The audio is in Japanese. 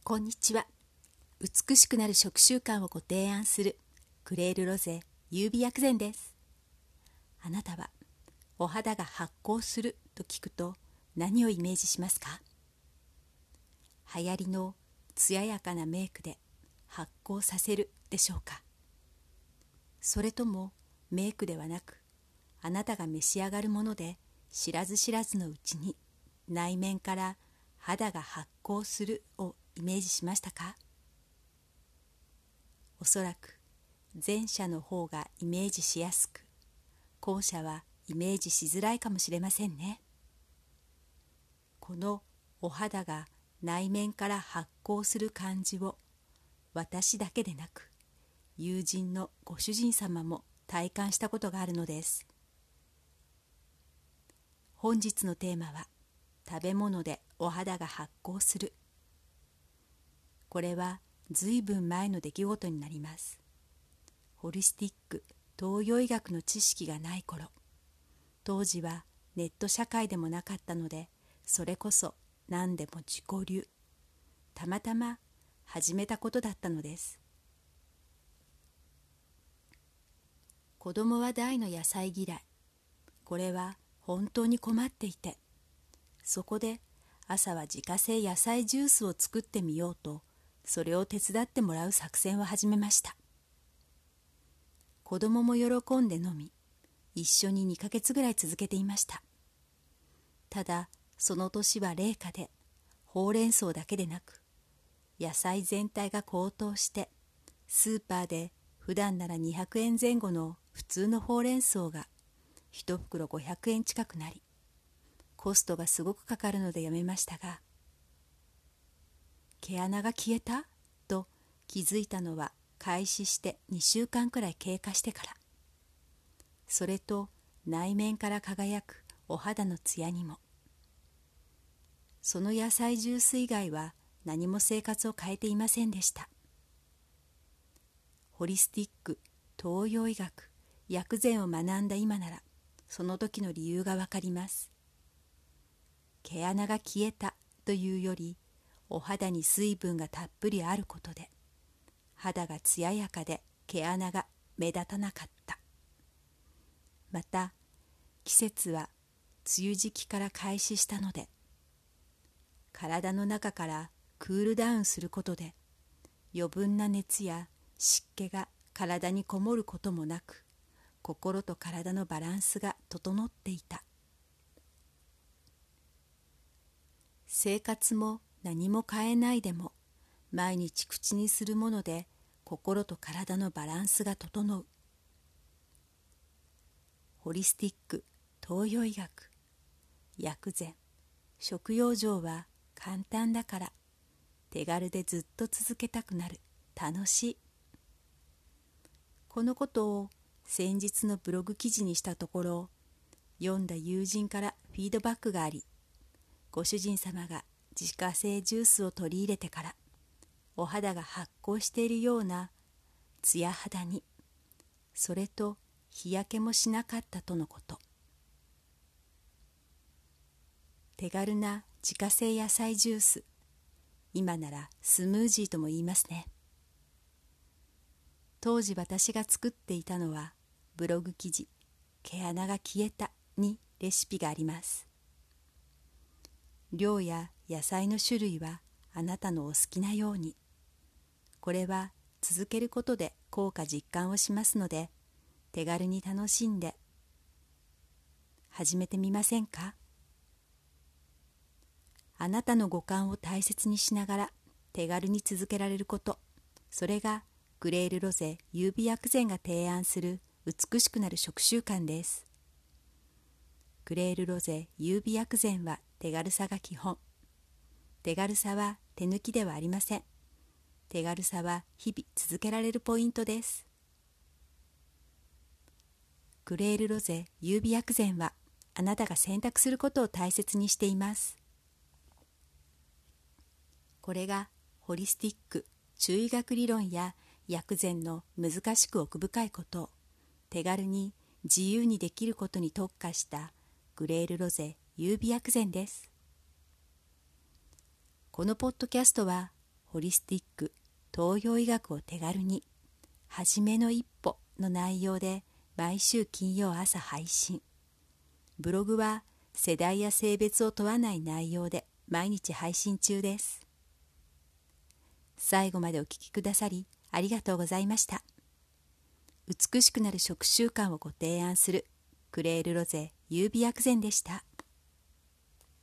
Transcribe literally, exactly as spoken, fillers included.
こんにちは。美しくなる食習慣をご提案するクレールロゼ優美薬膳です。あなたはお肌が発光すると聞くと何をイメージしますか？流行りの艶やかなメイクで発光させるでしょうか？それともメイクではなく、あなたが召し上がるもので知らず知らずのうちに内面から肌が発光するをイメージしましたか？おそらく前者の方がイメージしやすく、後者はイメージしづらいかもしれませんね。このお肌が内面から発光する感じを、私だけでなく友人のご主人様も体感したことがあるのです。本日のテーマは、食べ物でお肌が発光する。これはずいぶん前の出来事になります。ホリスティック東洋医学の知識がない頃、当時はネット社会でもなかったので、それこそ何でも自己流、たまたま始めたことだったのです。子供は大の野菜嫌い。これは本当に困っていて、そこで朝は自家製野菜ジュースを作ってみようと、それを手伝ってもらう作戦を始めました。子供も喜んで飲み、一緒ににかげつぐらい続けていました。ただ、その年は冷夏で、ほうれん草だけでなく、野菜全体が高騰して、スーパーで普段ならにひゃくえんぜん後の普通のほうれん草がいちふくろごひゃくえん近くなり、コストがすごくかかるのでやめましたが、毛穴が消えたと気づいたのは開始してにしゅうかんくらい経過してから。それと内面から輝くお肌のツヤにも。その野菜ジュース以外は何も生活を変えていませんでした。ホリスティック東洋医学薬膳を学んだ今なら、その時の理由がわかります。毛穴が消えたというより、お肌に水分がたっぷりあることで、肌が艶やかで毛穴が目立たなかった。また、季節は梅雨時期から開始したので、体の中からクールダウンすることで、余分な熱や湿気が体にこもることもなく、心と体のバランスが整っていた。生活も何も変えないでも、毎日口にするもので心と体のバランスが整う。ホリスティック東洋医学薬膳食養生は簡単だから、手軽でずっと続けたくなる。楽しい。このことを先日のブログ記事にしたところ、読んだ友人からフィードバックがあり、ご主人様が自家製ジュースを取り入れてから、お肌が発光しているようなツヤ肌に、それと日焼けもしなかったとのこと。手軽な自家製野菜ジュース、今ならスムージーとも言いますね。当時私が作っていたのは、ブログ記事「毛穴が消えた」にレシピがあります。量や野菜の種類はあなたのお好きなように。これは続けることで効果実感をしますので、手軽に楽しんで始めてみませんか？あなたの五感を大切にしながら手軽に続けられること、それがクレールロゼ優美薬膳が提案する美しくなる食習慣です。クレールロゼ優美薬膳は手軽さが基本。手軽さは手抜きではありません。手軽さは日々続けられるポイントです。クレールロゼ優美薬膳は、あなたが選択することを大切にしています。これがホリスティック中医学理論や薬膳の難しく奥深いことを手軽に自由にできることに特化したクレールロゼ優美薬膳です。このポッドキャストはホホリスティック東洋医学を手軽に、はじめの一歩の内容で毎週金曜朝配信。ブログは世代や性別を問わない内容で毎日配信中です。最後までお聞きくださりありがとうございました。美しくなる食習慣をご提案するクレールロゼ優美薬膳でした。